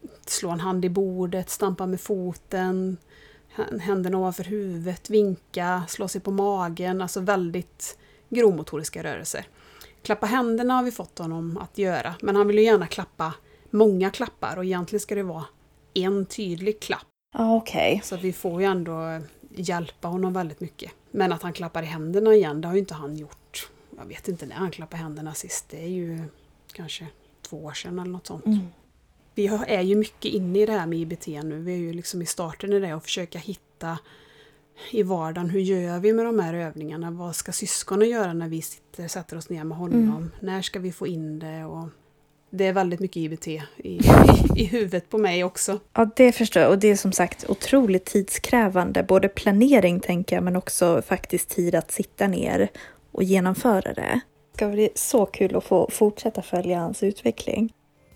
slå en hand i bordet, stampa med foten, händerna ovanför huvudet, vinka, slå sig på magen. Alltså väldigt grovmotoriska rörelser. Klappa händerna har vi fått honom att göra. Men han vill ju gärna klappa många klappar. Och egentligen ska det vara en tydlig klapp. Okej. Så vi får ju ändå hjälpa honom väldigt mycket. Men att han klappar i händerna igen, det har ju inte han gjort. Jag vet inte när han klappar händerna sist. Det är ju kanske 2 år sedan eller något sånt. Vi är ju mycket inne i det här med IBT nu. Vi är ju liksom i starten i det och försöka hitta i vardagen. Hur gör vi med de här övningarna? Vad ska syskonen göra när vi sätter oss ner med honom? När ska vi få in det? Och det är väldigt mycket IBT i huvudet på mig också. Ja, det förstår jag. Och det är som sagt otroligt tidskrävande. Både planering tänker jag, men också faktiskt tid att sitta ner och genomföra det. Det ska bli så kul att få fortsätta följa hans utveckling.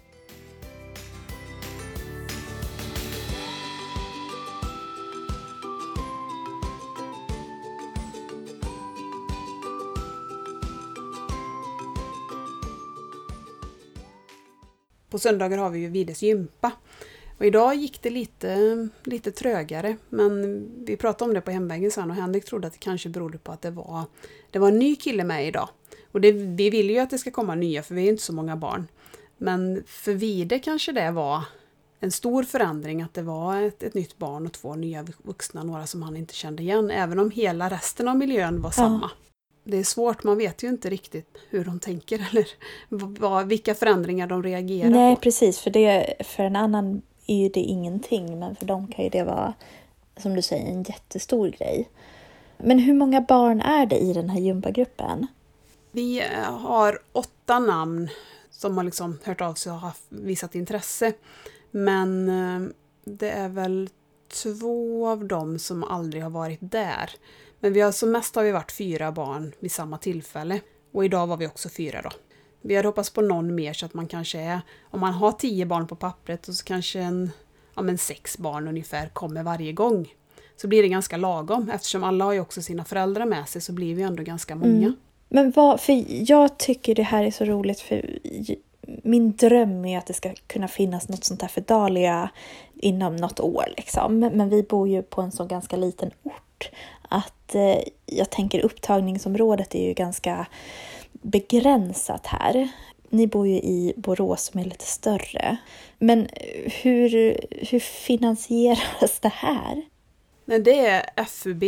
På söndagar har vi ju Vides gympa. Och idag gick det lite trögare. Men vi pratade om det på hemvägen sen och Henrik trodde att det kanske berodde på att det var en ny kille med idag. Och vi vill ju att det ska komma nya för vi är inte så många barn. Men för Vide kanske det var en stor förändring att det var ett nytt barn och 2 nya vuxna, några som han inte kände igen. Även om hela resten av miljön var samma. Det är svårt, man vet ju inte riktigt hur de tänker eller vilka förändringar de reagerar på. Nej, precis. För en annan är ju det ingenting, men för dem kan ju det vara, som du säger, en jättestor grej. Men hur många barn är det i den här gympagruppen? Vi har 8 namn som har liksom hört av sig och har visat intresse. Men det är väl 2 av dem som aldrig har varit där. Men som mest har vi varit 4 barn vid samma tillfälle. Och idag var vi också 4 då. Vi hade hoppats på någon mer så att man kanske är, om man har 10 barn på pappret och så kanske 6 barn ungefär kommer varje gång. Så blir det ganska lagom. Eftersom alla har ju också sina föräldrar med sig så blir vi ändå ganska många. Men för jag tycker det här är så roligt, för min dröm är att det ska kunna finnas något sånt här för Dahlia inom något år liksom. Men vi bor ju på en så ganska liten ort att jag tänker upptagningsområdet är ju ganska begränsat här. Ni bor ju i Borås som är lite större. Men hur finansieras det här? Nej, det är FUB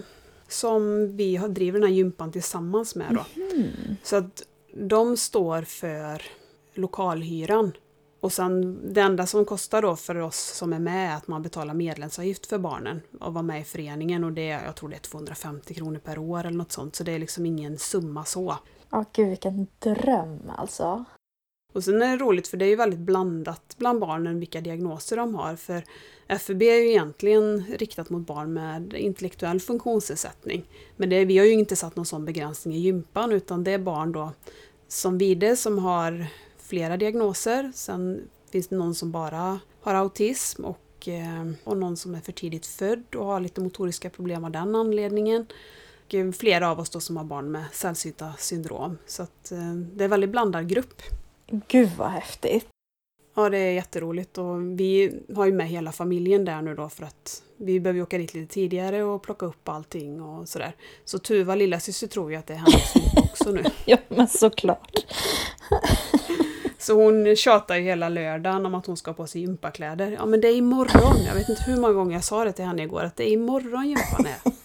som vi driver den här gympan tillsammans med då. Så att de står för lokalhyran. Och sen det enda som kostar då för oss som är med är att man betalar medlemsavgift för barnen och vara med i föreningen. Och jag tror det är 250 kronor per år eller något sånt. Så det är liksom ingen summa så. Ja, gud vilken dröm alltså. Och sen är det roligt för det är ju väldigt blandat bland barnen vilka diagnoser de har. För FUB är ju egentligen riktat mot barn med intellektuell funktionsnedsättning. Men vi har ju inte satt någon sån begränsning i gympan utan det är barn då som Vide som har flera diagnoser. Sen finns det någon som bara har autism och någon som är för tidigt född och har lite motoriska problem av den anledningen. Och flera av oss då som har barn med sällsynta syndrom. Så att, det är en väldigt blandad grupp. Gud vad häftigt. Ja, det är jätteroligt och vi har ju med hela familjen där nu då för att vi behöver åka dit lite tidigare och plocka upp allting och sådär. Så Tuva, lilla syster, tror ju att det är hennes också nu. Ja, men såklart. Så hon tjatar ju hela lördagen om att hon ska på sig gympakläder. Ja, men det är imorgon. Jag vet inte hur många gånger jag sa det till henne igår att det är imorgon gympan är.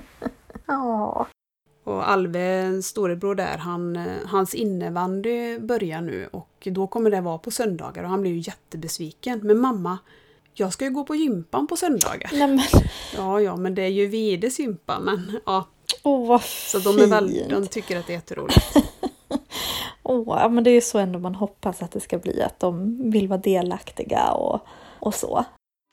Ja. Och Alve, storebror där, hans innebandy börjar nu och då kommer det vara på söndagar och han blir ju jättebesviken. Men mamma, jag ska ju gå på gympan på söndagar. Nej, men... Ja, men det är ju Vides gympa, men ja. Vad så fint. de tycker att det är jätteroligt. Ja, men det är ju så ändå man hoppas att det ska bli, att de vill vara delaktiga och så.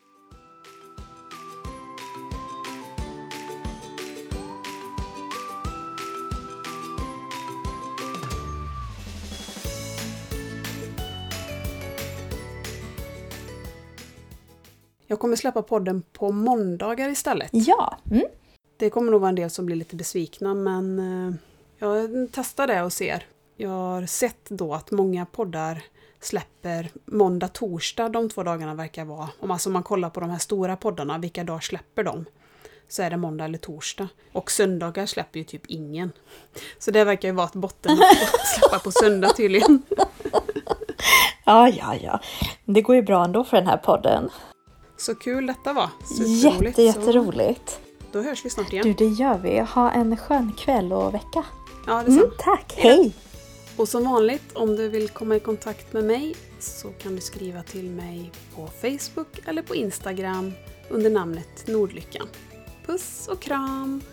Jag kommer släppa podden på måndagar istället. Ja. Mm. Det kommer nog vara en del som blir lite besvikna, men jag testar det och ser. Jag har sett då att många poddar släpper måndag, torsdag. De 2 dagarna verkar vara. Om man kollar på de här stora poddarna, vilka dagar släpper de? Så är det måndag eller torsdag. Och söndagar släpper ju typ ingen. Så det verkar ju vara ett botten att släppa på söndag tydligen. Ja. Det går ju bra ändå för den här podden. Så kul detta var. Jätteroligt. Så då hörs vi snart igen. Du, det gör vi. Ha en skön kväll och vecka. Ja, detsamma. Tack, hej! Och som vanligt, om du vill komma i kontakt med mig så kan du skriva till mig på Facebook eller på Instagram under namnet Nordlyckan. Puss och kram!